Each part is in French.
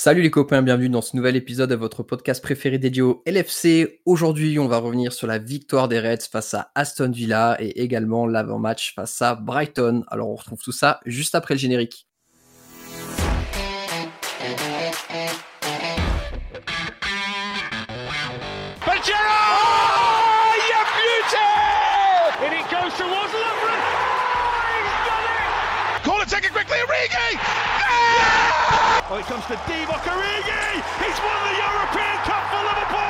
Salut les copains, bienvenue dans ce nouvel épisode de votre podcast préféré dédié au LFC. Aujourd'hui, on va revenir sur la victoire des Reds face à Aston Villa et également l'avant-match face à Brighton. Alors on retrouve tout ça juste après le générique. Oh, it comes to Divock Origi! He's won the European Cup for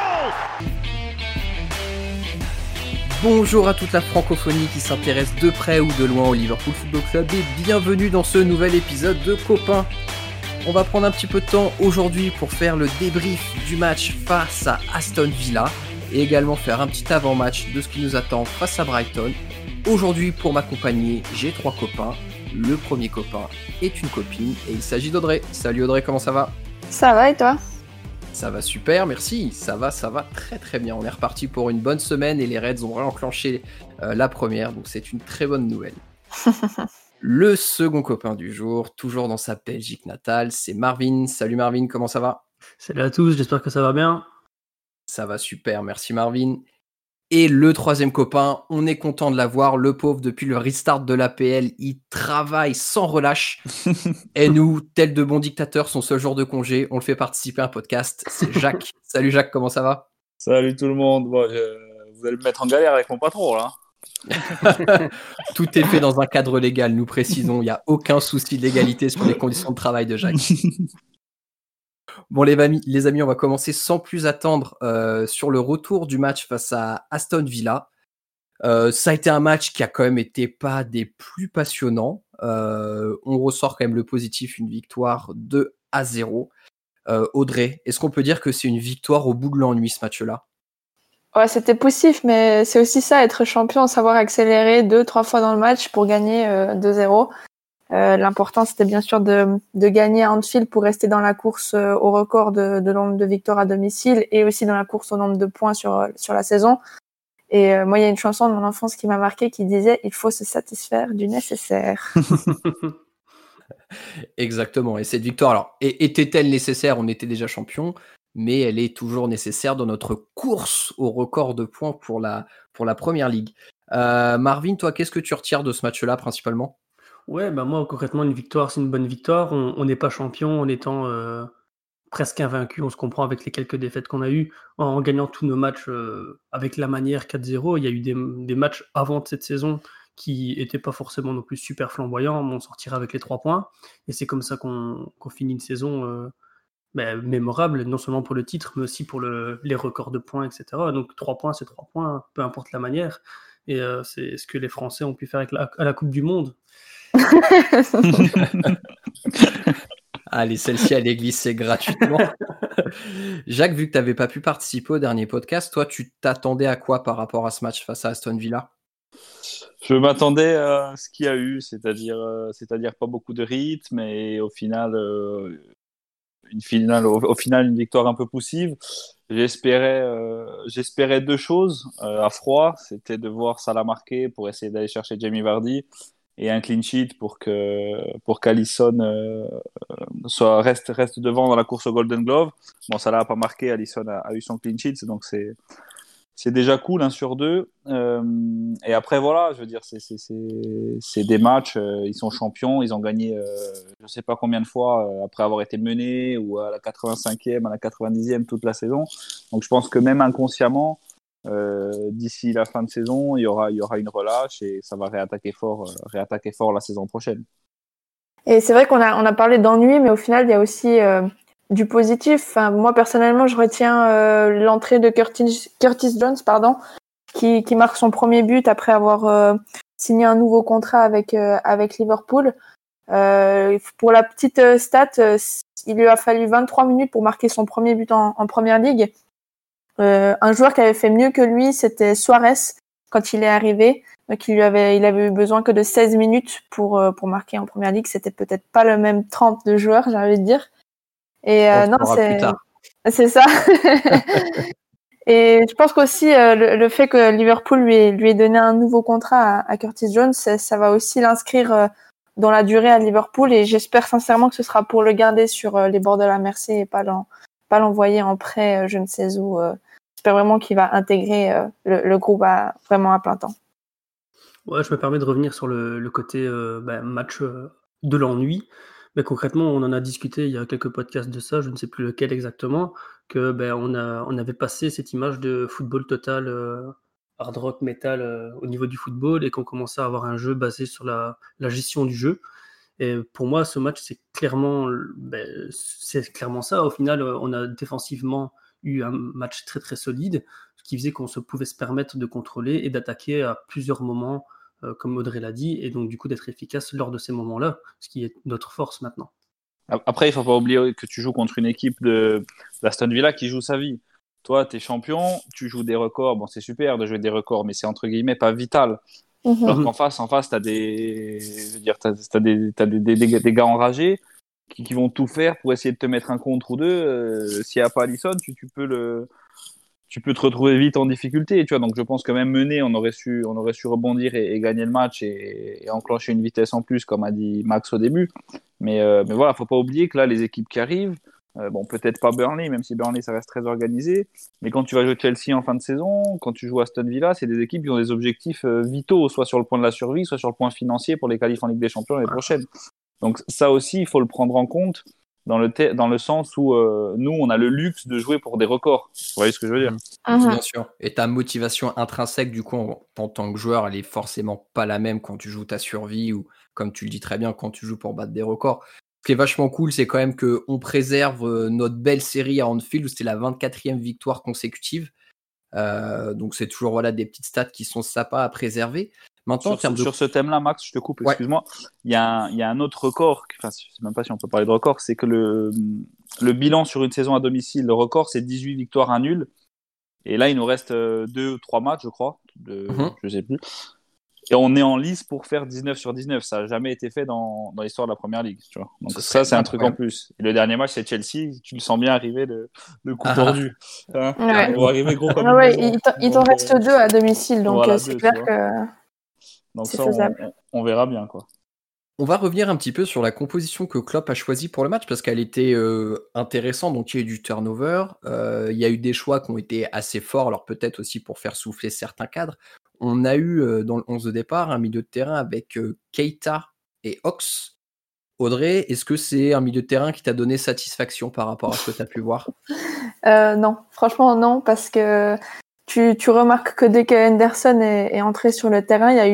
Liverpool! Bonjour à toute la francophonie qui s'intéresse de près ou de loin au Liverpool Football Club et bienvenue dans ce nouvel épisode de Copains. On va prendre un petit peu de temps aujourd'hui pour faire le débrief du match face à Aston Villa et également faire un petit avant-match de ce qui nous attend face à Brighton. Aujourd'hui, pour m'accompagner, j'ai 3 copains. Le premier copain est une copine et il s'agit d'Audrey. Salut Audrey, comment ça va ? Ça va et toi ? Ça va super, merci. Ça va très très bien. On est reparti pour une bonne semaine et les Reds ont réenclenché la première, donc c'est une très bonne nouvelle. Le second copain du jour, toujours dans sa Belgique natale, c'est Marvin. Salut Marvin, comment ça va ? Salut à tous, j'espère que ça va bien. Ça va super, merci Marvin. Et le troisième copain, on est content de l'avoir, le pauvre, depuis le restart de l'APL, il travaille sans relâche. Et nous, tel de bons dictateurs, son seul jour de congé, on le fait participer à un podcast, c'est Jacques. Salut Jacques, comment ça va ? Salut tout le monde, bon, vous allez me mettre en galère avec mon patron là. Tout est fait dans un cadre légal, nous précisons, il n'y a aucun souci de légalité sur les conditions de travail de Jacques. Bon les amis, on va commencer sans plus attendre sur le retour du match face à Aston Villa. Ça a été un match qui a quand même été pas des plus passionnants. On ressort quand même le positif, une victoire 2-0. Audrey, est-ce qu'on peut dire que c'est une victoire au bout de l'ennui ce match-là ? Ouais, c'était poussif, mais c'est aussi ça, être champion, savoir accélérer 2-3 fois dans le match pour gagner 2-0. L'important, c'était bien sûr de gagner à Anfield pour rester dans la course au record de nombre de victoires à domicile et aussi dans la course au nombre de points sur la saison. Et moi, il y a une chanson de mon enfance qui m'a marquée qui disait « Il faut se satisfaire du nécessaire ». Exactement. Et cette victoire, alors, était-elle nécessaire ? On était déjà champion, mais elle est toujours nécessaire dans notre course au record de points pour la Première Ligue. Marvin, toi, qu'est-ce que tu retires de ce match-là principalement ? Ouais, moi concrètement une victoire, c'est une bonne victoire. On n'est pas champion en étant presque invaincu, on se comprend avec les quelques défaites qu'on a eues, en gagnant tous nos matchs avec la manière 4-0. Il y a eu des matchs avant cette saison qui n'étaient pas forcément non plus super flamboyants, mais on sortira avec les 3 points. Et c'est comme ça qu'on finit une saison mémorable, non seulement pour le titre, mais aussi pour les records de points, etc. Donc 3 points, c'est 3 points, peu importe la manière. Et c'est ce que les Français ont pu faire à la Coupe du Monde. Allez, celle-ci, elle est glissée gratuitement. Jacques, vu que tu n'avais pas pu participer au dernier podcast, toi, tu t'attendais à quoi par rapport à ce match face à Aston Villa ? Je m'attendais à ce qu'il y a eu, c'est-à-dire pas beaucoup de rythme et au final une victoire un peu poussive. J'espérais 2 choses à froid, c'était de voir Salah marquer pour essayer d'aller chercher Jamie Vardy et un clean sheet pour qu'Alisson reste devant dans la course au Golden Glove. Bon, Salah n'a pas marqué, Alisson a eu son clean sheet, donc c'est déjà cool, 1 sur 2. Et après, voilà, je veux dire, c'est des matchs, ils sont champions, ils ont gagné je ne sais pas combien de fois après avoir été menés, ou à la 85e, à la 90e toute la saison. Donc je pense que même inconsciemment, d'ici la fin de saison, il y aura une relâche et ça va réattaquer fort la saison prochaine. Et c'est vrai qu'on a parlé d'ennui, mais au final, il y a aussi du positif. Enfin, moi, personnellement, je retiens l'entrée de Curtis Jones, qui marque son premier but après avoir signé un nouveau contrat avec Liverpool. Pour la petite stat, il lui a fallu 23 minutes pour marquer son premier but en Première Ligue. Un joueur qui avait fait mieux que lui, c'était Suarez quand il est arrivé. Donc il avait eu besoin que de 16 minutes pour marquer en Première Ligue. C'était peut-être pas le même trempe de joueur, j'ai envie de dire. Et non, c'est ça. Et je pense qu'aussi le fait que Liverpool lui ait donné un nouveau contrat à Curtis Jones, ça va aussi l'inscrire dans la durée à Liverpool, et j'espère sincèrement que ce sera pour le garder sur les bords de la Mersey et pas l'envoyer en prêt je ne sais où. J'espère vraiment qu'il va intégrer le groupe vraiment à plein temps. Ouais, je me permets de revenir sur le côté match de l'ennui. Mais concrètement, on en a discuté il y a quelques podcasts de ça, je ne sais plus lequel exactement, que on avait passé cette image de football total, hard rock metal au niveau du football, et qu'on commençait à avoir un jeu basé sur la gestion du jeu. Et pour moi, ce match, c'est clairement ça. Au final, on a défensivement eu un match très très solide, ce qui faisait qu'on pouvait se permettre de contrôler et d'attaquer à plusieurs moments, comme Audrey l'a dit, et donc du coup d'être efficace lors de ces moments-là, ce qui est notre force maintenant. Après, il ne faut pas oublier que tu joues contre une équipe d'Aston Villa qui joue sa vie. Toi, tu es champion, tu joues des records. Bon, c'est super de jouer des records, mais c'est entre guillemets pas vital. Alors qu'en face, tu as des gars enragés qui vont tout faire pour essayer de te mettre un contre ou deux. S'il n'y a pas Alisson, tu peux te retrouver vite en difficulté. Tu vois. Donc je pense que même mené, on aurait su rebondir et gagner le match et enclencher une vitesse en plus, comme a dit Max au début. Mais voilà, faut pas oublier que là, les équipes qui arrivent, bon, peut-être pas Burnley, même si Burnley, ça reste très organisé. Mais quand tu vas jouer Chelsea en fin de saison, quand tu joues Aston Villa, c'est des équipes qui ont des objectifs vitaux, soit sur le point de la survie, soit sur le point financier pour les qualifs en Ligue des Champions l'année prochaine. Donc ça aussi, il faut le prendre en compte dans le sens où nous, on a le luxe de jouer pour des records. Vous voyez ce que je veux dire ? Bien sûr. Et ta motivation intrinsèque, du coup, en tant que joueur, elle est forcément pas la même quand tu joues ta survie ou, comme tu le dis très bien, quand tu joues pour battre des records. Ce qui est vachement cool, c'est quand même qu'on préserve notre belle série à Anfield, où c'était la 24e victoire consécutive. Donc c'est toujours des petites stats qui sont sympas à préserver. Maintenant, sur ce thème-là, Max, je te coupe, excuse-moi. Il y a un autre record, enfin, je ne sais même pas si on peut parler de record, c'est que le bilan sur une saison à domicile, le record, c'est 18 victoires, 1 nul. Et là, il nous reste 2 ou 3 matchs, je crois, je ne sais plus. Et on est en lice pour faire 19 sur 19. Ça n'a jamais été fait dans l'histoire de la Première Ligue. Tu vois. Donc ça, c'est un truc en plus. Et le dernier match, c'est Chelsea. Tu le sens bien arriver de coup tordu. Hein, ouais. Ils vont arriver gros comme il t'en reste 2 à domicile, donc voilà, c'est clair que donc c'est ça, faisable. On verra bien, quoi. On va revenir un petit peu sur la composition que Klopp a choisie pour le match parce qu'elle était intéressante. Donc il y a eu du turnover, il y a eu des choix qui ont été assez forts, alors peut-être aussi pour faire souffler certains cadres. On a eu dans le 11 de départ un milieu de terrain avec Keita et Ox. Audrey, est-ce que c'est un milieu de terrain qui t'a donné satisfaction par rapport à ce que tu as pu voir ? Non, franchement non, parce que tu remarques que dès qu'Henderson est entré sur le terrain, il y a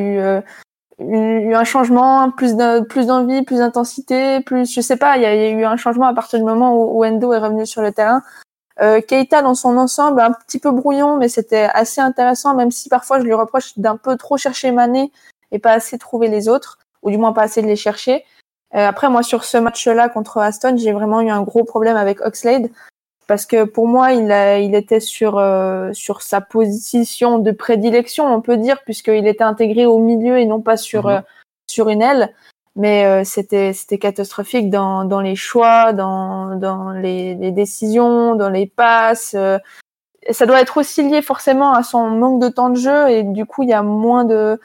eu un changement, plus d'envie, plus d'intensité, je sais pas, il y a eu un changement à partir du moment où Endo est revenu sur le terrain. Keita dans son ensemble, un petit peu brouillon, mais c'était assez intéressant, même si parfois je lui reproche d'un peu trop chercher Mané et pas assez trouver les autres, ou du moins pas assez de les chercher. Après, moi, sur ce match-là contre Aston, j'ai vraiment eu un gros problème avec Oxlade, parce que pour moi, il était sur sa position de prédilection, on peut dire, puisqu'il était intégré au milieu et non pas sur une aile. Mais c'était catastrophique dans les choix, dans les décisions, dans les passes. Ça doit être aussi lié forcément à son manque de temps de jeu, et du coup, il y a moins de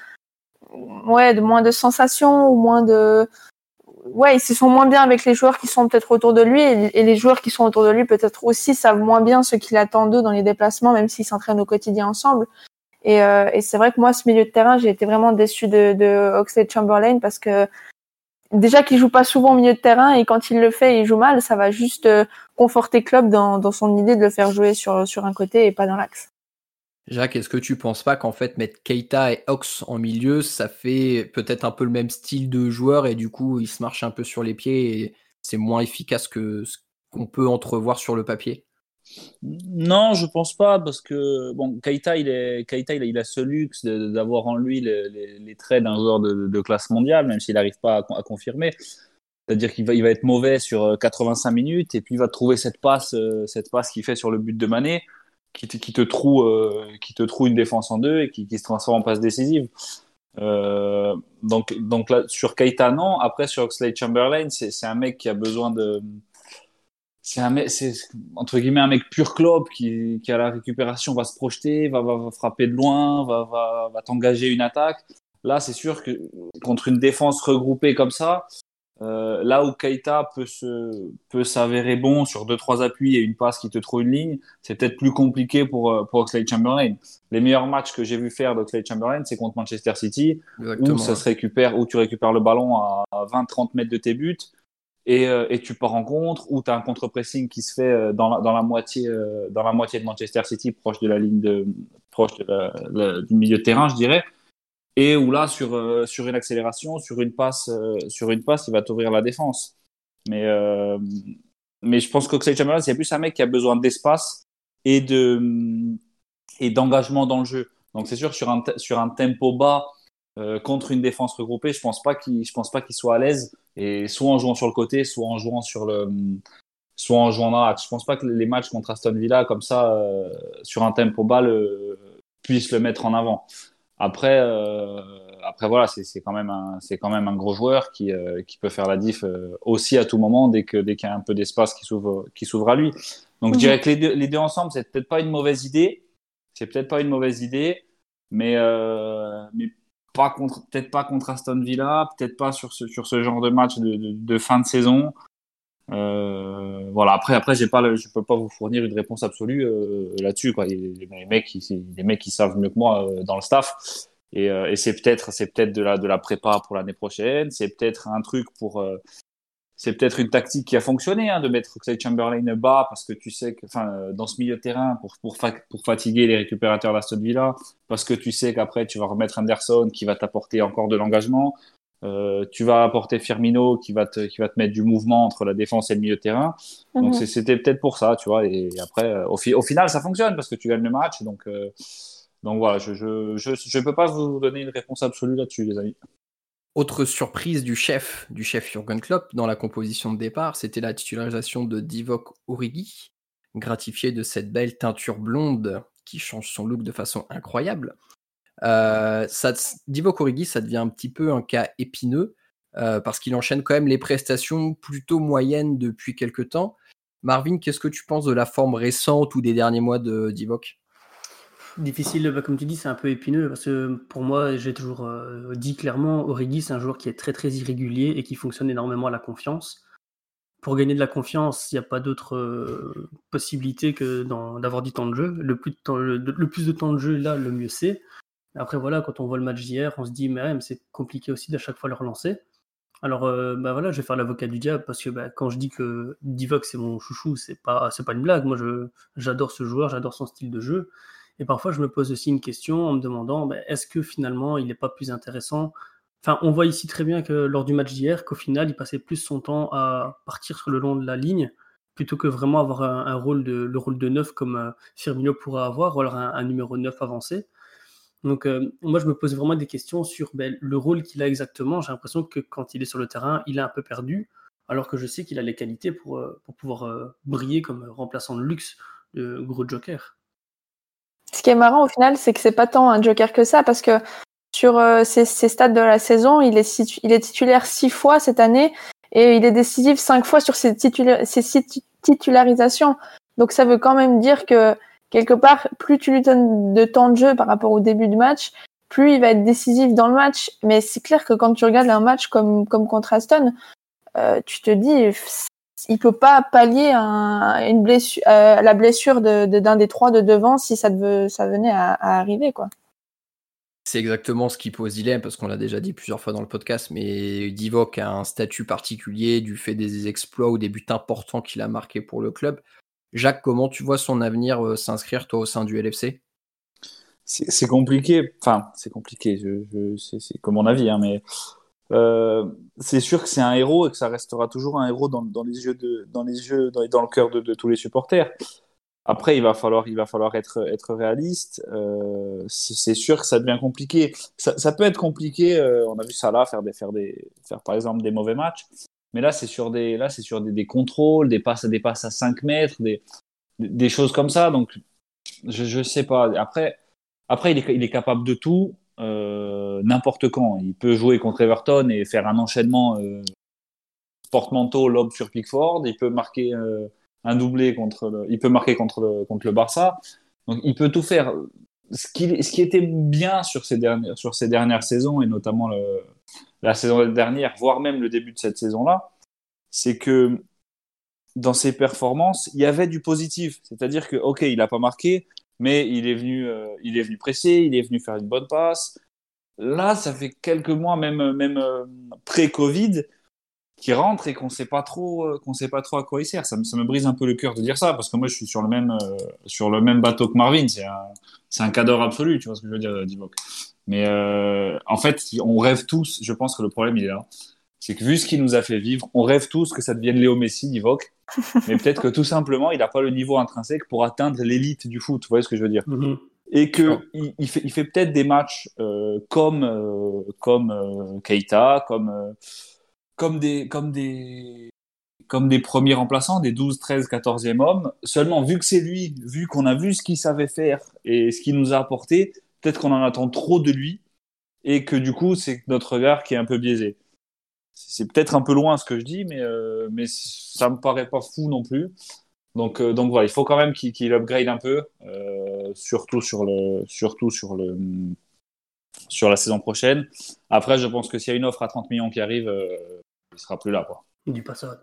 sensations, ou moins de... Ouais, ils se sont moins bien avec les joueurs qui sont peut-être autour de lui, et les joueurs qui sont autour de lui peut-être aussi savent moins bien ce qu'il attend d'eux dans les déplacements, même s'ils s'entraînent au quotidien ensemble. Et c'est vrai que moi, ce milieu de terrain, j'ai été vraiment déçue de Oxlade-Chamberlain, parce que déjà qu'il joue pas souvent au milieu de terrain, et quand il le fait, il joue mal. Ça va juste conforter Klopp dans son idée de le faire jouer sur un côté et pas dans l'axe. Jacques, est-ce que tu penses pas qu'en fait mettre Keita et Ox en milieu, ça fait peut-être un peu le même style de joueur et du coup ils se marchent un peu sur les pieds et c'est moins efficace que ce qu'on peut entrevoir sur le papier? Non, je pense pas, parce que bon, Keita, il a ce luxe d'avoir en lui les traits d'un joueur de classe mondiale, même s'il n'arrive pas à confirmer. C'est-à-dire qu'il va être mauvais sur 85 minutes, et puis il va trouver cette passe qu'il fait sur le but de Mané, qui te troue une défense en deux et qui se transforme en passe décisive. Donc là, sur Keita, non. Après, sur Oxlade-Chamberlain, c'est un mec qui a besoin de... C'est entre guillemets un mec pur Klopp qui à la récupération va se projeter, va frapper de loin, va t'engager une attaque. Là, c'est sûr que contre une défense regroupée comme ça, là où Keita peut s'avérer bon sur 2-3 appuis et une passe qui te trouve une ligne, c'est peut-être plus compliqué pour Oxlade-Chamberlain. Les meilleurs matchs que j'ai vu faire d'Oxlade-Chamberlain, c'est contre Manchester City, où tu récupères le ballon à 20-30 mètres de tes buts et tu pars en contre, où tu as un contre-pressing qui se fait dans la moitié de Manchester City, proche de la ligne du milieu de terrain, je dirais. Et où là, sur une accélération, sur une passe, il va t'ouvrir la défense. Mais je pense qu'Oxlade-Chamberlain, c'est plus un mec qui a besoin d'espace et d'engagement dans le jeu. Donc c'est sûr, sur un tempo bas, contre une défense regroupée, je pense pas qu'il soit à l'aise. Et soit en jouant sur le côté, soit en jouant dans l'axe. Je pense pas que les matchs contre Aston Villa, comme ça, sur un tempo bas, puissent le mettre en avant. Après voilà, c'est quand même un gros joueur qui peut faire la diff aussi à tout moment dès qu'il y a un peu d'espace qui s'ouvre à lui. Donc je dirais que les deux ensemble, c'est peut-être pas une mauvaise idée. Mais peut-être pas contre Aston Villa, peut-être pas sur ce genre de match de fin de saison. Voilà. Après, je peux pas vous fournir une réponse absolue là-dessus, quoi. Les mecs qui savent mieux que moi dans le staff. Et c'est peut-être de la prépa pour l'année prochaine. C'est peut-être un truc c'est peut-être une tactique qui a fonctionné, de mettre Oxlade-Chamberlain bas parce que tu sais que, dans ce milieu de terrain pour fatiguer les récupérateurs d'Aston Villa, parce que tu sais qu'après tu vas remettre Anderson qui va t'apporter encore de l'engagement. Tu vas apporter Firmino qui va te mettre du mouvement entre la défense et le milieu de terrain. Donc c'était peut-être pour ça, tu vois. Et après, au final, ça fonctionne parce que tu gagnes le match. Donc voilà, je peux pas vous donner une réponse absolue là-dessus, les amis. Autre surprise du chef Jürgen Klopp dans la composition de départ, c'était la titularisation de Divock Origi, gratifié de cette belle teinture blonde qui change son look de façon incroyable. Divock Origi, ça devient un petit peu un cas épineux parce qu'il enchaîne quand même les prestations plutôt moyennes depuis quelques temps. Marvin, qu'est-ce que tu penses de la forme récente ou des derniers mois de Divock ? Difficile, comme tu dis, c'est un peu épineux parce que pour moi, j'ai toujours dit clairement, Origi, c'est un joueur qui est très très irrégulier et qui fonctionne énormément à la confiance. Pour gagner de la confiance, il n'y a pas d'autre possibilité que d'avoir du temps de jeu. Le plus de temps de jeu, là, le mieux c'est. Après, voilà, quand on voit le match d'hier, on se dit, mais c'est compliqué aussi d'à chaque fois le relancer. Alors, voilà, je vais faire l'avocat du diable parce que quand je dis que Divock, c'est mon chouchou, c'est pas une blague. Moi, j'adore ce joueur, j'adore son style de jeu. Et parfois, je me pose aussi une question en me demandant, est-ce que finalement, il n'est pas plus intéressant ? Enfin, on voit ici très bien que lors du match d'hier, qu'au final, il passait plus son temps à partir sur le long de la ligne plutôt que vraiment avoir le rôle de 9 comme Firmino pourrait avoir, ou alors un numéro 9 avancé. Donc, moi, je me pose vraiment des questions sur le rôle qu'il a exactement. J'ai l'impression que quand il est sur le terrain, il est un peu perdu, alors que je sais qu'il a les qualités pour pouvoir briller comme remplaçant de luxe, de gros joker. Ce qui est marrant au final, c'est que c'est pas tant un joker que ça, parce que sur ces stats de la saison, il est titulaire 6 fois cette année et il est décisif 5 fois sur ses 6 titularisations. Donc ça veut quand même dire que quelque part, plus tu lui donnes de temps de jeu par rapport au début du match, plus il va être décisif dans le match. Mais c'est clair que quand tu regardes un match comme contre Aston, tu te dis, il peut pas pallier une blessure, la blessure d'un des 3 de devant si ça venait à arriver, quoi. C'est exactement ce qui pose dilemme, parce qu'on l'a déjà dit plusieurs fois dans le podcast, mais Divock a un statut particulier du fait des exploits ou des buts importants qu'il a marqués pour le club. Jacques, comment tu vois son avenir s'inscrire, toi, au sein du LFC ? C'est compliqué. Enfin, c'est compliqué. C'est comme mon avis, mais c'est sûr que c'est un héros et que ça restera toujours un héros dans le cœur de tous les supporters. Après, il va falloir être réaliste. C'est sûr que ça devient compliqué. Ça peut être compliqué. On a vu Salah faire par exemple des mauvais matchs. Mais là, c'est sur des contrôles, des passes à 5 mètres, des choses comme ça. Donc, je sais pas. Après, il est capable de tout, n'importe quand. Il peut jouer contre Everton et faire un enchaînement porte-manteau, lob sur Pickford. Il peut marquer un doublé il peut marquer contre le Barça. Donc, il peut tout faire. ce qui était bien sur ces dernières saisons, et notamment la saison dernière, voire même le début de cette saison-là, c'est que dans ses performances, il y avait du positif. C'est-à-dire que, ok, il n'a pas marqué, mais il est venu presser, il est venu faire une bonne passe. Là, ça fait quelques mois, même pré-Covid, qui rentre et qu'on sait pas trop à quoi il sert. Ça me brise un peu le cœur de dire ça, parce que moi, je suis sur le même bateau que Marvin. C'est un cadre absolu, tu vois ce que je veux dire, Divock. Mais en fait, on rêve tous. Je pense que le problème, il est là. C'est que vu ce qu'il nous a fait vivre, on rêve tous que ça devienne Léo Messi, Divock. Mais peut-être que tout simplement, il n'a pas le niveau intrinsèque pour atteindre l'élite du foot. Vous voyez ce que je veux dire? Et qu'il fait peut-être des matchs comme Keita, comme des premiers remplaçants, des 12, 13, 14e hommes. Seulement, vu que c'est lui, vu qu'on a vu ce qu'il savait faire et ce qu'il nous a apporté, peut-être qu'on en attend trop de lui et que du coup, c'est notre regard qui est un peu biaisé. C'est peut-être un peu loin ce que je dis, mais ça me paraît pas fou non plus. Donc voilà, il faut quand même qu'il upgrade un peu, surtout sur la saison prochaine. Après, je pense que s'il y a une offre à 30 millions qui arrive, il sera plus là, quoi. Dis pas ça.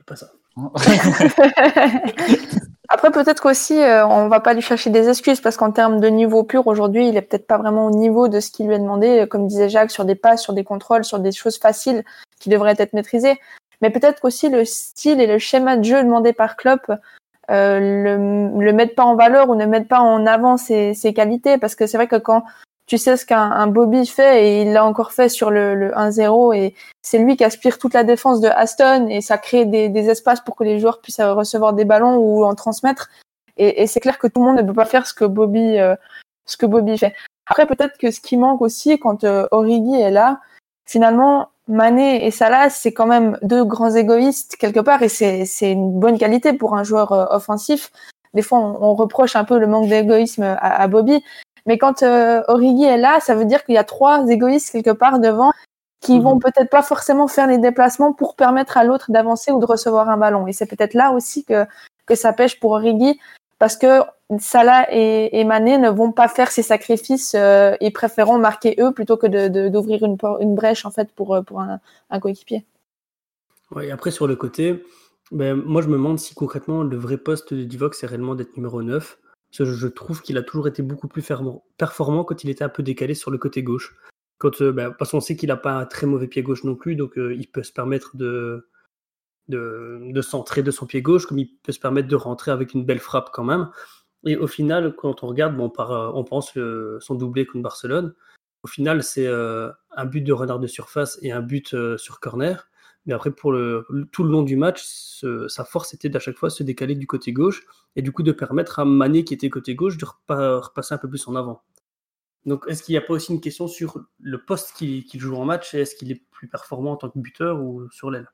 Après, peut-être qu'aussi, on va pas lui chercher des excuses parce qu'en termes de niveau pur, aujourd'hui, il est peut-être pas vraiment au niveau de ce qui lui est demandé, comme disait Jacques, sur des passes, sur des contrôles, sur des choses faciles qui devraient être maîtrisées. Mais peut-être qu'aussi le style et le schéma de jeu demandé par Klopp le mettent pas en valeur ou ne mettent pas en avant ses qualités, parce que c'est vrai que quand tu sais ce qu'un Bobby fait, et il l'a encore fait sur le 1-0, et c'est lui qui aspire toute la défense de Aston, et ça crée des espaces pour que les joueurs puissent recevoir des ballons ou en transmettre, et c'est clair que tout le monde ne peut pas faire ce que Bobby fait. Après, peut-être que ce qui manque aussi quand Origi est là, finalement, Mané et Salah, c'est quand même deux grands égoïstes quelque part, et c'est une bonne qualité pour un joueur offensif. Des fois, on reproche un peu le manque d'égoïsme à Bobby, mais quand Origi est là, ça veut dire qu'il y a trois égoïstes quelque part devant qui vont peut-être pas forcément faire les déplacements pour permettre à l'autre d'avancer ou de recevoir un ballon. Et c'est peut-être là aussi que ça pêche pour Origi, parce que Salah et Mané ne vont pas faire ces sacrifices et préféreront marquer eux plutôt que d'ouvrir une brèche en fait pour un coéquipier. Ouais, après sur le côté, moi je me demande si concrètement le vrai poste de Divock c'est réellement d'être numéro 9. Parce que je trouve qu'il a toujours été beaucoup plus performant quand il était un peu décalé sur le côté gauche. Parce qu'on sait qu'il n'a pas un très mauvais pied gauche non plus, donc il peut se permettre de centrer de son pied gauche, comme il peut se permettre de rentrer avec une belle frappe quand même. Et au final, quand on regarde, on pense son doublé contre Barcelone. Au final, c'est un but de renard de surface et un but sur corner. Mais après, pour tout le long du match, sa force était d'à chaque fois se décaler du côté gauche et du coup de permettre à Mané, qui était côté gauche, de repasser un peu plus en avant. Donc, est-ce qu'il n'y a pas aussi une question sur le poste qu'il joue en match, et est-ce qu'il est plus performant en tant que buteur ou sur l'aile?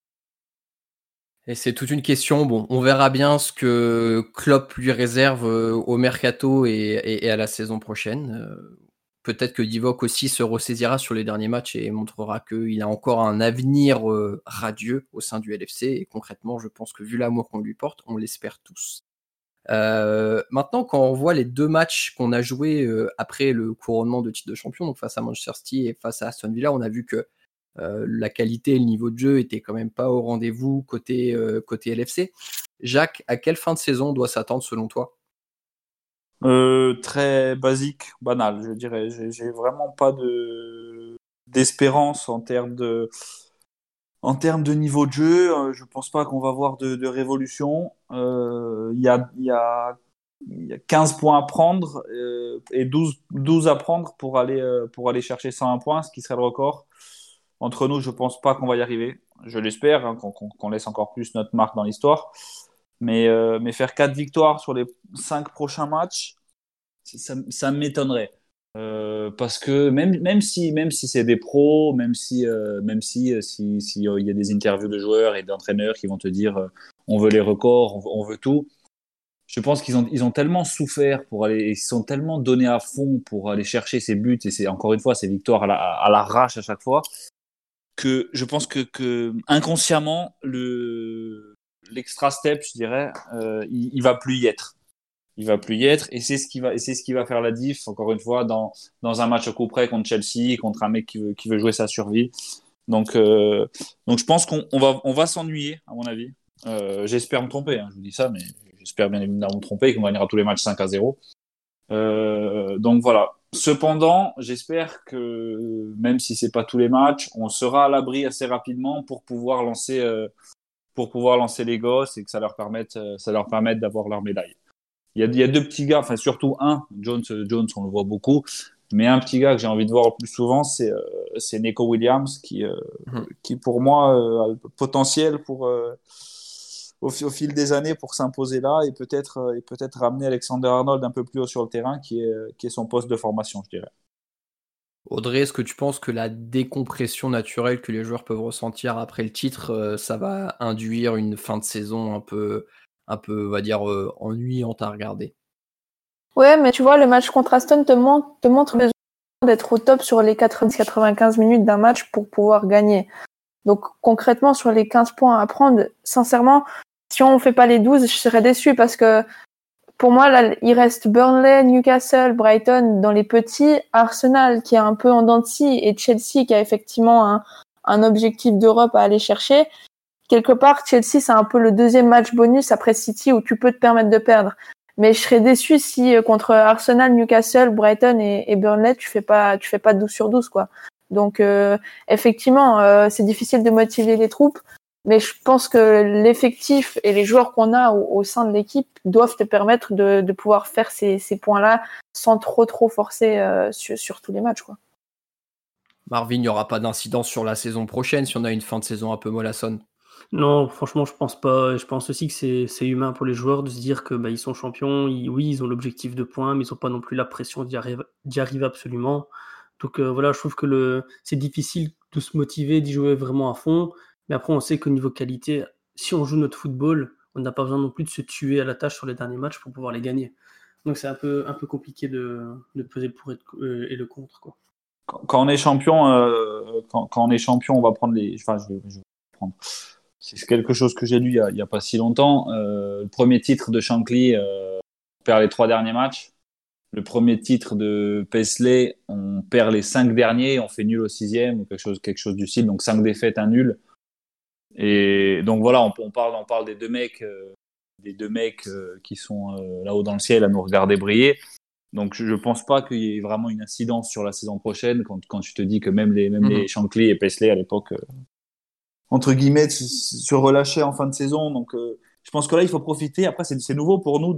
Et c'est toute une question. Bon, on verra bien ce que Klopp lui réserve au mercato et à la saison prochaine. Peut-être que Divock aussi se ressaisira sur les derniers matchs et montrera qu'il a encore un avenir radieux au sein du LFC. Et concrètement, je pense que vu l'amour qu'on lui porte, on l'espère tous. Maintenant, quand on voit les deux matchs qu'on a joués après le couronnement de titre de champion, donc face à Manchester City et face à Aston Villa, on a vu que la qualité et le niveau de jeu étaient quand même pas au rendez-vous côté LFC. Jacques, à quelle fin de saison on doit s'attendre selon toi? Très basique, banal, je dirais. J'ai vraiment pas d'espérance en termes de niveau de jeu. Je pense pas qu'on va voir de révolution. Il y a 15 points à prendre et 12 à prendre pour aller chercher 101 points, ce qui serait le record. Entre nous, je pense pas qu'on va y arriver. Je l'espère, hein, qu'on laisse encore plus notre marque dans l'histoire. Mais faire 4 victoires sur les 5 prochains matchs, ça m'étonnerait. Parce que même si c'est des pros, même si il y a des interviews de joueurs et d'entraîneurs qui vont te dire on veut les records, on veut tout. Je pense qu'ils ont tellement souffert ils sont tellement donnés à fond pour aller chercher ces buts et encore une fois ces victoires à l'arrache à chaque fois, que je pense que inconsciemment l'extra step, je dirais, il va plus y être. Il va plus y être, et c'est ce qui va faire la diff, encore une fois, dans un match au coup près contre Chelsea, contre un mec qui veut jouer sa survie. Donc je pense qu'on va s'ennuyer, à mon avis. J'espère me tromper, hein, je vous dis ça, mais j'espère bien évidemment me tromper et qu'on gagnera tous les matchs 5-0. Donc voilà. Cependant, j'espère que même si c'est pas tous les matchs, on sera à l'abri assez rapidement pour pouvoir lancer les gosses et que ça leur permette d'avoir leur médaille. Il y a deux petits gars, enfin surtout un, Jones, on le voit beaucoup, mais un petit gars que j'ai envie de voir le plus souvent, c'est Neco Williams qui pour moi a le potentiel pour au fil des années pour s'imposer là et peut-être ramener Alexander Arnold un peu plus haut sur le terrain qui est son poste de formation, je dirais. Audrey, est-ce que tu penses que la décompression naturelle que les joueurs peuvent ressentir après le titre, ça va induire une fin de saison un peu, on va dire, ennuyante à regarder? Ouais, mais tu vois, le match contre Aston te montre besoin d'être au top sur les 90-95 minutes d'un match pour pouvoir gagner. Donc concrètement, sur les 15 points à prendre, sincèrement, si on fait pas les 12, je serais déçue parce que pour moi, là, il reste Burnley, Newcastle, Brighton dans les petits, Arsenal qui est un peu en dents de scie et Chelsea qui a effectivement un objectif d'Europe à aller chercher. Quelque part, Chelsea, c'est un peu le deuxième match bonus après City où tu peux te permettre de perdre. Mais je serais déçue si contre Arsenal, Newcastle, Brighton et Burnley, tu fais pas 12 sur 12, quoi. Donc, effectivement, c'est difficile de motiver les troupes. Mais je pense que l'effectif et les joueurs qu'on a au sein de l'équipe doivent te permettre de pouvoir faire ces points-là sans trop forcer sur tous les matchs, quoi. Marvin, il n'y aura pas d'incidence sur la saison prochaine si on a une fin de saison un peu mollassonne? Non, franchement, je pense pas. Je pense aussi que c'est humain pour les joueurs de se dire que ils sont champions. Oui, ils ont l'objectif de points, mais ils n'ont pas non plus la pression d'y arriver absolument. Donc voilà, je trouve que c'est difficile de se motiver, d'y jouer vraiment à fond. Mais après, on sait qu'au niveau qualité, si on joue notre football, on n'a pas besoin non plus de se tuer à la tâche sur les derniers matchs pour pouvoir les gagner. Donc c'est un peu compliqué de peser le pour et le contre, quoi. Quand on est champion, on va prendre les. Enfin, je vais prendre. C'est quelque chose que j'ai lu il y a pas si longtemps. Le premier titre de Shankly, on perd les 3 derniers matchs. Le premier titre de Paisley, on perd les 5 derniers, on fait nul au 6e ou quelque chose du style. Donc 5 défaites, un nul. Et donc voilà, on parle des deux mecs qui sont là-haut dans le ciel à nous regarder briller. Donc je pense pas qu'il y ait vraiment une incidence sur la saison prochaine quand tu te dis que même les Shankly et Paisley à l'époque entre guillemets se relâchaient en fin de saison. Donc je pense que là il faut profiter. Après c'est nouveau pour nous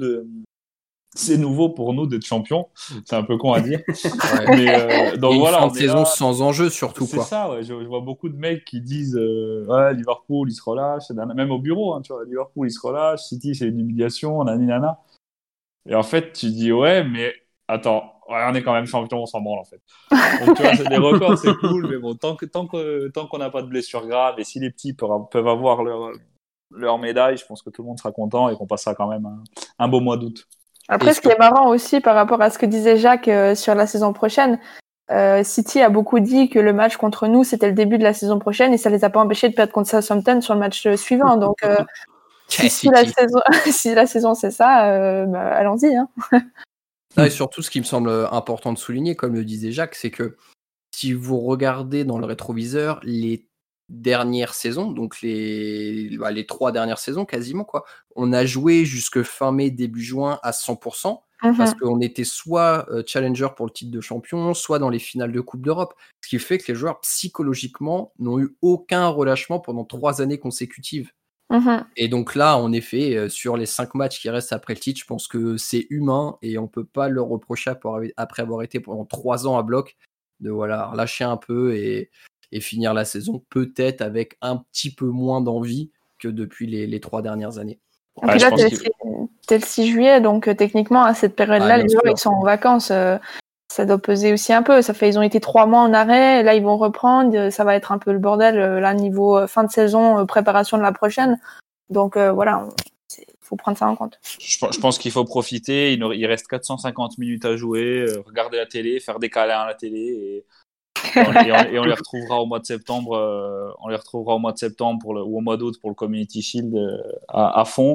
d'être champions. C'est un peu con à dire. Ouais. Mais donc voilà, fin on de est saison là. sans enjeu surtout, C'est quoi. ça, ouais. Je vois beaucoup de mecs qui disent ouais, Liverpool il se relâche, même au bureau, hein, tu vois, Liverpool il se relâche, City c'est une humiliation, nana. Et en fait tu dis ouais, mais attends, ouais, on est quand même champion, on s'en branle en fait. Donc tu vois, c'est des records, c'est cool, mais bon, tant qu'on n'a pas de blessures graves et si les petits peuvent avoir leur médaille, je pense que tout le monde sera content et qu'on passera quand même un beau mois d'août. Après, ce qui est marrant aussi par rapport à ce que disait Jacques sur la saison prochaine, City a beaucoup dit que le match contre nous, c'était le début de la saison prochaine et ça les a pas empêchés de perdre contre Southampton sur le match suivant. Donc, si la saison c'est ça, allons-y. Hein. Et surtout, ce qui me semble important de souligner, comme le disait Jacques, c'est que si vous regardez dans le rétroviseur les dernières saisons, donc les 3 dernières saisons quasiment, quoi, on a joué jusque fin mai, début juin à 100%, parce qu'on était soit challenger pour le titre de champion, soit dans les finales de Coupe d'Europe, ce qui fait que les joueurs psychologiquement n'ont eu aucun relâchement pendant 3 années consécutives. Et donc là, en effet, sur les 5 matchs qui restent après le titre, je pense que c'est humain et on peut pas leur reprocher après avoir été pendant 3 ans à bloc de relâcher un peu et finir la saison peut-être avec un petit peu moins d'envie que depuis les 3 dernières années. Et puis là, t'es le 6 juillet, donc techniquement, à cette période-là, les joueurs ils sont en vacances. Ça doit peser aussi un peu. Ils ont été 3 mois en arrêt, là ils vont reprendre. Ça va être un peu le bordel, là, niveau fin de saison, préparation de la prochaine. Donc voilà, faut prendre ça en compte. Je pense qu'il faut profiter. Il reste 450 minutes à jouer, regarder la télé, faire des câlins à la télé et on les retrouvera au mois de septembre. Ou au mois d'août pour le Community Shield à fond.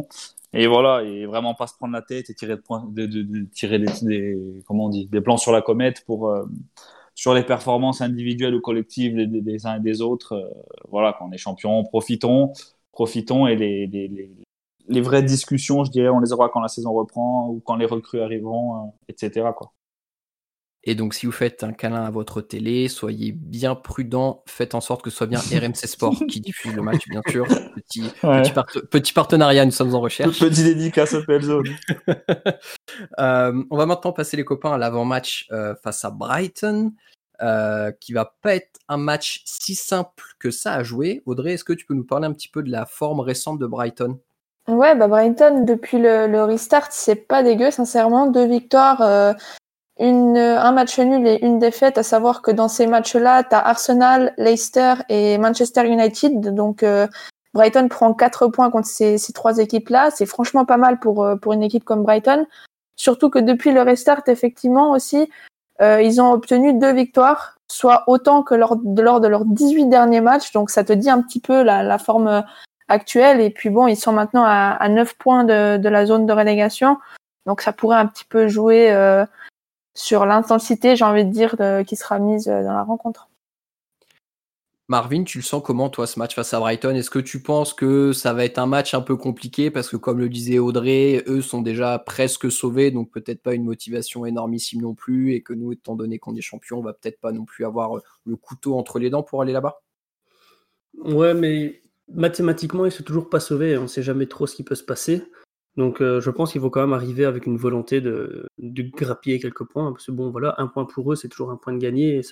Et voilà, et vraiment pas se prendre la tête et tirer tirer comment on dit, des plans sur la comète sur les performances individuelles ou collectives des uns et des autres. Voilà, quand on est champion, profitons et les vraies discussions, je dirais, on les aura quand la saison reprend ou quand les recrues arriveront, etc., quoi. Et donc, si vous faites un câlin à votre télé, soyez bien prudent. Faites en sorte que ce soit bien RMC Sport qui diffuse le match, bien sûr. Petit partenariat, nous sommes en recherche. Petit dédicace à PLZone. On va maintenant passer, les copains, à l'avant-match face à Brighton, qui va pas être un match si simple que ça à jouer. Audrey, est-ce que tu peux nous parler un petit peu de la forme récente de Brighton ? Ouais, Brighton, depuis le restart, c'est pas dégueu, sincèrement. 2 victoires, un match nul et une défaite, à savoir que dans ces matchs-là, t'as Arsenal, Leicester et Manchester United. Donc, Brighton prend 4 points contre ces 3 équipes-là. C'est franchement pas mal pour une équipe comme Brighton. Surtout que depuis le restart, effectivement, aussi, ils ont obtenu 2 victoires, soit autant que lors de leurs 18 derniers matchs. Donc, ça te dit un petit peu la forme actuelle. Et puis bon, ils sont maintenant à 9 points de la zone de relégation. Donc, ça pourrait un petit peu jouer sur l'intensité, j'ai envie de dire, qui sera mise dans la rencontre. Marvin, tu le sens comment, toi, ce match face à Brighton ? Est-ce que tu penses que ça va être un match un peu compliqué parce que, comme le disait Audrey, eux sont déjà presque sauvés, donc peut-être pas une motivation énormissime non plus, et que nous, étant donné qu'on est champion, on va peut-être pas non plus avoir le couteau entre les dents pour aller là-bas ? Ouais, mais mathématiquement, ils ne sont toujours pas sauvés. On ne sait jamais trop ce qui peut se passer. Donc, je pense qu'ils vont quand même arriver avec une volonté de grappiller quelques points. Parce que bon, voilà, 1 point pour eux, c'est toujours un point de gagné. Et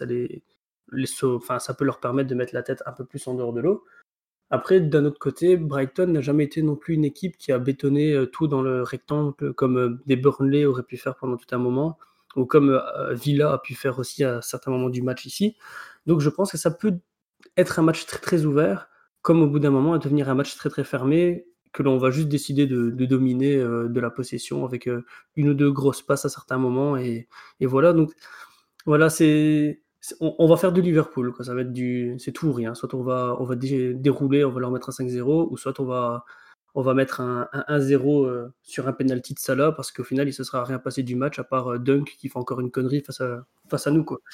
ça peut leur permettre de mettre la tête un peu plus en dehors de l'eau. Après, d'un autre côté, Brighton n'a jamais été non plus une équipe qui a bétonné tout dans le rectangle, comme des Burnley auraient pu faire pendant tout un moment, ou comme Villa a pu faire aussi à certains moments du match ici. Donc, je pense que ça peut être un match très très ouvert, comme au bout d'un moment devenir un match très très fermé, que l'on va juste décider de dominer de la possession avec une ou deux grosses passes à certains moments, et voilà. Donc voilà, on va faire du Liverpool, quoi. Ça va être c'est tout ou rien. Soit on va dérouler, on va leur mettre un 5-0, ou soit on va mettre un 1-0 sur un penalty de Salah, parce qu'au final il se sera rien passé du match à part Dunk qui fait encore une connerie face à nous, quoi.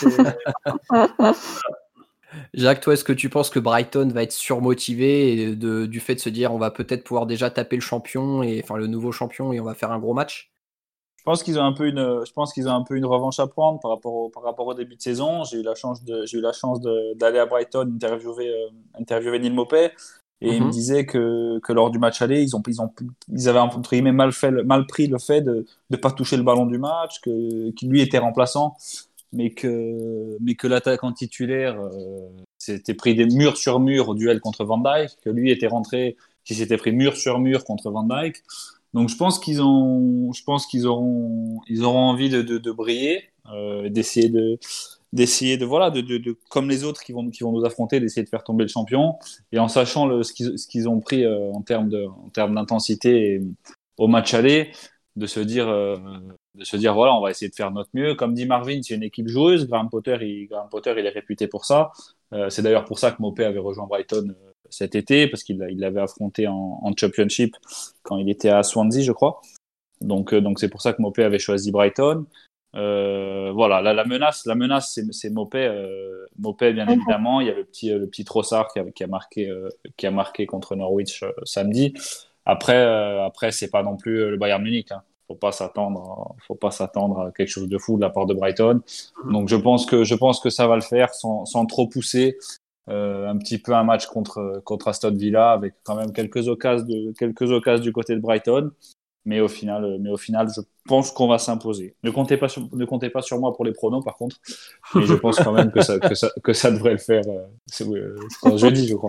Jacques, toi, est-ce que tu penses que Brighton va être surmotivé du fait de se dire on va peut-être pouvoir déjà taper le nouveau champion, et on va faire un gros match ? Je pense qu'ils ont un peu une revanche à prendre par rapport au début de saison. J'ai eu la chance d'aller à Brighton interviewer Neil Maupay, et il me disait que lors du match aller, ils avaient entre guillemets mal pris le fait de pas toucher le ballon du match, qu'il lui était remplaçant, mais que l'attaquant titulaire s'était pris des murs sur murs au duel contre Van Dijk, que lui était rentré, qui s'était pris mur sur mur contre Van Dijk. Donc je pense qu'ils auront envie de briller, d'essayer de voilà, comme les autres qui vont nous affronter, d'essayer de faire tomber le champion, et en sachant ce qu'ils ont pris en termes d'intensité au match aller, de se dire voilà, on va essayer de faire notre mieux. Comme dit Marvin, c'est une équipe joueuse. Graham Potter il est réputé pour ça. C'est d'ailleurs pour ça que Maupay avait rejoint Brighton cet été, parce qu'il l'avait affronté en Championship quand il était à Swansea, je crois. Donc c'est pour ça que Maupay avait choisi Brighton. Voilà, la menace, c'est Maupay. Maupay, bien évidemment. Il y a le petit Trossard qui a marqué contre Norwich samedi. Après, c'est pas non plus le Bayern Munich, hein. Faut pas s'attendre à quelque chose de fou de la part de Brighton. Donc je pense que ça va le faire sans trop pousser. Un petit peu un match contre Aston Villa, avec quand même quelques occasions du côté de Brighton. Mais au final, je pense qu'on va s'imposer. Ne comptez pas sur moi pour les pronos, par contre. Mais je pense quand même que ça devrait le faire. C'est jeudi, je crois.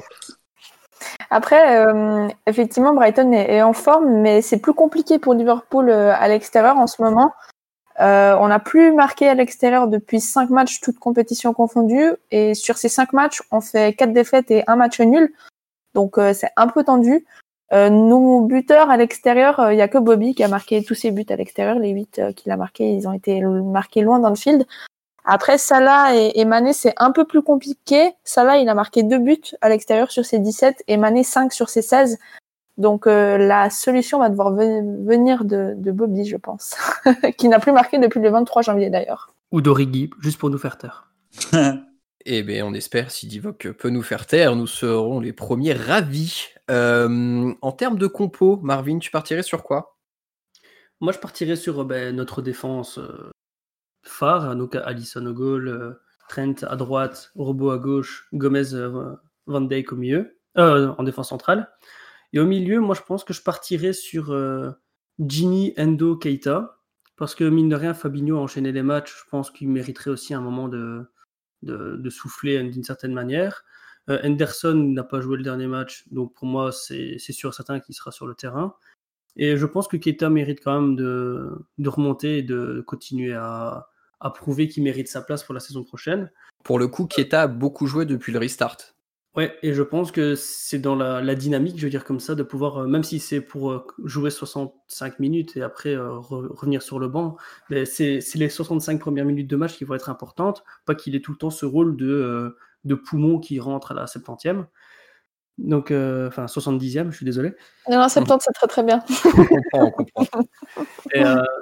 Après, effectivement, Brighton est en forme, mais c'est plus compliqué pour Liverpool à l'extérieur en ce moment. On n'a plus marqué à l'extérieur depuis 5 matchs, toutes compétitions confondues. Et sur ces 5 matchs, on fait 4 défaites et 1 match nul. Donc, c'est un peu tendu. Nos buteurs à l'extérieur, il y a que Bobby qui a marqué tous ses buts à l'extérieur. Les 8 qu'il a marqués, ils ont été marqués loin dans le field. Après, Salah et Mané, c'est un peu plus compliqué. Salah, il a marqué 2 buts à l'extérieur sur ses 17 et Mané 5 sur ses 16. Donc la solution va devoir venir de Bobby, je pense, qui n'a plus marqué depuis le 23 janvier d'ailleurs. Ou d'Origi, juste pour nous faire taire. Eh bien, on espère, si Divock peut nous faire taire, nous serons les premiers ravis. En termes de compo, Marvin, tu partirais sur quoi ? Moi, je partirais sur notre défense phare, donc Alisson au goal, Trent à droite, Robbo à gauche, Gomez, Van Dijk au milieu, en défense centrale. Et au milieu, moi, je pense que je partirais sur Gini, Endo, Keita, parce que mine de rien, Fabinho a enchaîné les matchs. Je pense qu'il mériterait aussi un moment de souffler d'une certaine manière. Henderson n'a pas joué le dernier match, donc pour moi, c'est sûr et certain qu'il sera sur le terrain. Et je pense que Keita mérite quand même de remonter et de continuer à prouver qu'il mérite sa place pour la saison prochaine. Pour le coup, Keita a beaucoup joué depuis le restart. Ouais, et je pense que c'est dans la dynamique, je veux dire comme ça, de pouvoir, même si c'est pour jouer 65 minutes et après revenir sur le banc, mais c'est les 65 premières minutes de match qui vont être importantes, pas qu'il ait tout le temps ce rôle de poumon qui rentre à la 70e. Donc, 70e, je suis désolé. Non, 70, c'est très très bien. On comprend. Et,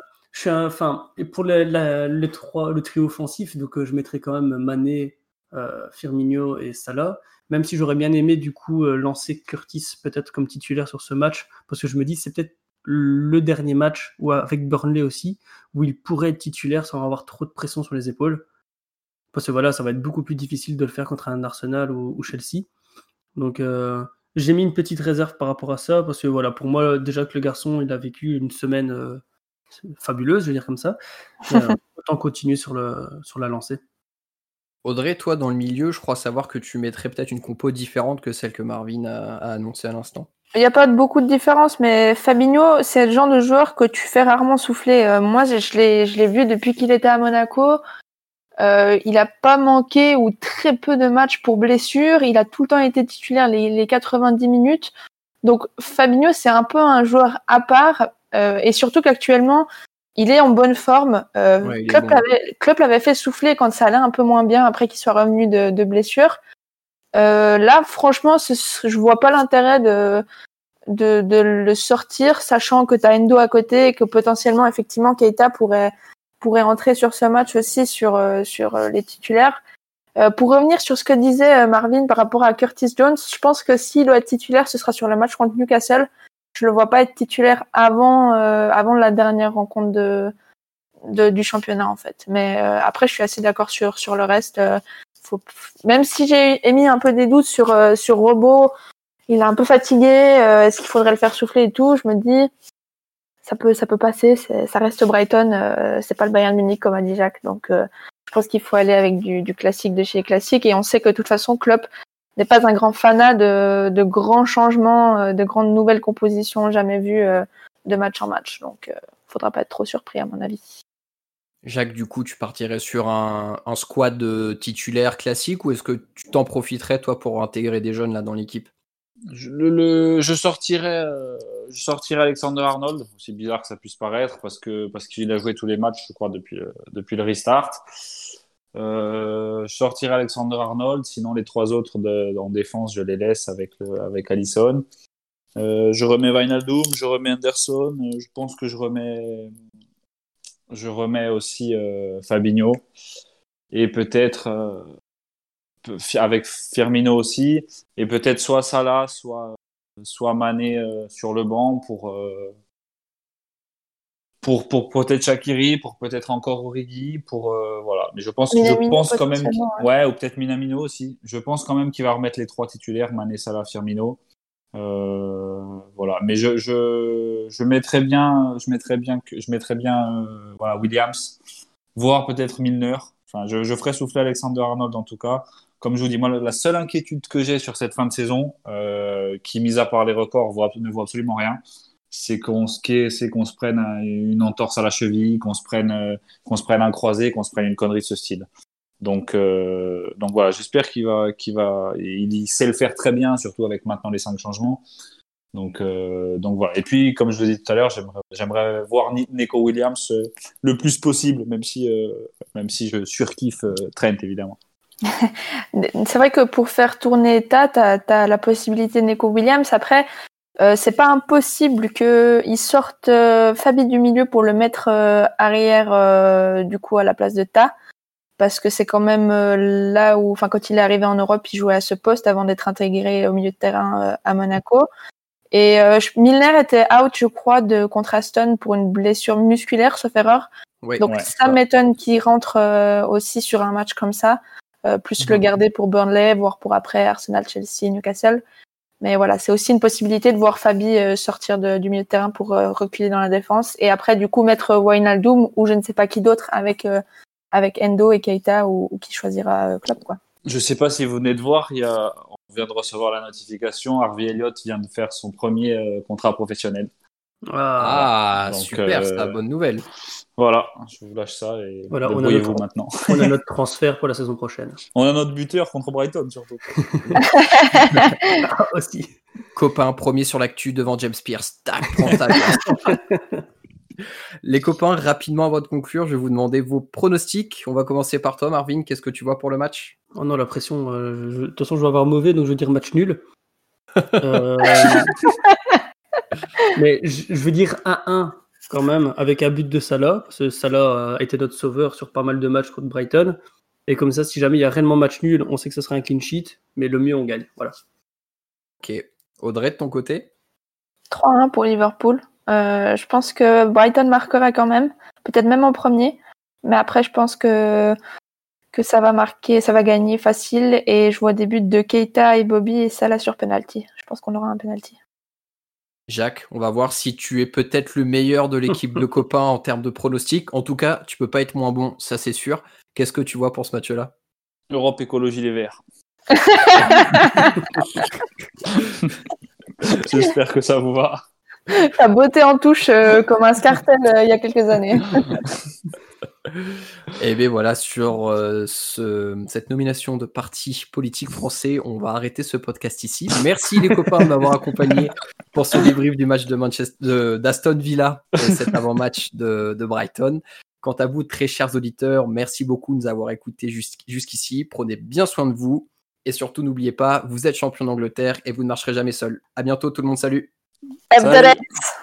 et pour le trio offensif, donc je mettrais quand même Mané, Firmino et Salah, même si j'aurais bien aimé du coup lancer Curtis peut-être comme titulaire sur ce match, parce que je me dis c'est peut-être le dernier match, ou avec Burnley aussi, où il pourrait être titulaire sans avoir trop de pression sur les épaules, parce que voilà, ça va être beaucoup plus difficile de le faire contre un Arsenal ou Chelsea. Donc j'ai mis une petite réserve par rapport à ça, parce que voilà, pour moi déjà que le garçon il a vécu une semaine fabuleuse, je veux dire comme ça, autant continuer sur la lancée. Audrey, toi, dans le milieu, je crois savoir que tu mettrais peut-être une compo différente que celle que Marvin a annoncée à l'instant. Il n'y a pas beaucoup de différence, mais Fabinho, c'est le genre de joueur que tu fais rarement souffler. Moi, je l'ai vu depuis qu'il était à Monaco. Il n'a pas manqué ou très peu de matchs pour blessure. Il a tout le temps été titulaire les 90 minutes. Donc Fabinho, c'est un peu un joueur à part. Et surtout qu'actuellement, il est en bonne forme. Ouais, Klopp l'avait fait souffler quand ça allait un peu moins bien après qu'il soit revenu de blessure. Là, franchement, je vois pas l'intérêt de le sortir, sachant que t'as Endo à côté et que potentiellement, effectivement, Keita pourrait entrer sur ce match aussi sur les titulaires. Pour revenir sur ce que disait Marvin par rapport à Curtis Jones, je pense que s'il doit être titulaire, ce sera sur le match contre Newcastle. Je le vois pas être titulaire avant la dernière rencontre du championnat en fait. Mais après, je suis assez d'accord sur le reste. Même si j'ai émis un peu des doutes sur Robbo, il est un peu fatigué. Est-ce qu'il faudrait le faire souffler et tout ? Je me dis, ça peut passer. Ça reste Brighton. C'est pas le Bayern Munich comme a dit Jacques. Donc, je pense qu'il faut aller avec du classique de chez classique. Et on sait que de toute façon, Klopp n'est pas un grand fanat de grands changements, de grandes nouvelles compositions jamais vues de match en match. Donc, faudra pas être trop surpris à mon avis. Jacques, du coup, tu partirais sur un squad titulaire classique ou est-ce que tu t'en profiterais, toi, pour intégrer des jeunes là dans l'équipe ? Je sortirais Alexander Arnold, aussi bizarre que ça puisse paraître, parce qu'il a joué tous les matchs, je crois, depuis le restart. Je sortirais Alexander Arnold, sinon les trois autres en défense, je les laisse avec Alisson. Je remets Wijnaldum, je remets Henderson, je pense que je remets aussi Fabinho et peut-être avec Firmino aussi, et peut-être soit Salah, soit Mané sur le banc pour peut-être Shaqiri, pour peut-être encore Origi, voilà. Mais je pense quand même, ouais, ou peut-être Minamino aussi. Je pense quand même qu'il va remettre les trois titulaires, Mané, Salah, Firmino. Voilà. Mais je mettrais bien voilà, Williams, voire peut-être Milner. Enfin, je ferais souffler Alexander Arnold en tout cas. Comme je vous dis, moi, la seule inquiétude que j'ai sur cette fin de saison, qui, mis à part les records, ne vaut absolument rien, c'est qu'on se prenne une entorse à la cheville, qu'on se prenne un croisé, qu'on se prenne une connerie de ce style. Donc voilà, j'espère il sait le faire très bien, surtout avec maintenant les 5 changements. Donc voilà. Et puis, comme je le disais tout à l'heure, j'aimerais voir Neco Williams le plus possible, même si je surkiffe Trent, évidemment. C'est vrai que pour faire tourner t'as la possibilité de Neco Williams. Après, c'est pas impossible qu'ils sortent Fabi du milieu pour le mettre arrière du coup à la place de Ta, parce que c'est quand même là où, enfin, quand il est arrivé en Europe, il jouait à ce poste avant d'être intégré au milieu de terrain à Monaco. Et Milner était out, je crois, contre Aston pour une blessure musculaire, sauf erreur. Oui. Donc ça m'étonne qu'il rentre aussi sur un match comme ça, plus le garder pour Burnley, voire pour après Arsenal, Chelsea, Newcastle. Mais voilà, c'est aussi une possibilité de voir Fabi sortir du milieu de terrain pour reculer dans la défense. Et après, du coup, mettre Wijnaldum ou je ne sais pas qui d'autre avec Endo et Keita ou qui choisira Klopp, quoi. Je sais pas si vous venez de voir, on vient de recevoir la notification. Harvey Elliott vient de faire son premier contrat professionnel. Ah, Donc, super, c'est la bonne nouvelle. Voilà, je vous lâche ça et Voilà, débrouillez-vous maintenant. On a notre transfert pour la saison prochaine. On a notre buteur contre Brighton surtout. Aussi. Copain premier sur l'actu devant James Pearce. Tac, prends ta place. Les copains, rapidement avant de conclure, je vais vous demander vos pronostics. On va commencer par toi, Marvin. Qu'est-ce que tu vois pour le match ? Oh non, la pression. De toute façon, je vais avoir mauvais, donc je vais dire match nul. Mais je veux dire 1-1 quand même, avec un but de Salah, parce que Salah a été notre sauveur sur pas mal de matchs contre Brighton. Et comme ça, si jamais il y a réellement match nul, on sait que ce sera un clean sheet, mais le mieux, on gagne. Voilà. Ok. Audrey, de ton côté ? 3-1 pour Liverpool. Je pense que Brighton marquera quand même, peut-être même en premier. Mais après, je pense que ça va marquer, ça va gagner facile. Et je vois des buts de Keita et Bobby et Salah sur penalty. Je pense qu'on aura un penalty. Jacques, on va voir si tu es peut-être le meilleur de l'équipe de copains en termes de pronostics. En tout cas, tu peux pas être moins bon, ça c'est sûr. Qu'est-ce que tu vois pour ce match-là ? Europe Écologie Les Verts. J'espère que ça vous va. T'as botté en touche comme un Scartel il y a quelques années. Et bien voilà, sur cette nomination de parti politique français, on va arrêter ce podcast ici. Merci les copains de m'avoir accompagné pour ce débrief du match d'Aston Villa, cet avant-match de Brighton. Quant à vous, très chers auditeurs, merci beaucoup de nous avoir écoutés jusqu'ici. Prenez bien soin de vous. Et surtout, n'oubliez pas, vous êtes champion d'Angleterre et vous ne marcherez jamais seul. À bientôt tout le monde, salut. Salut.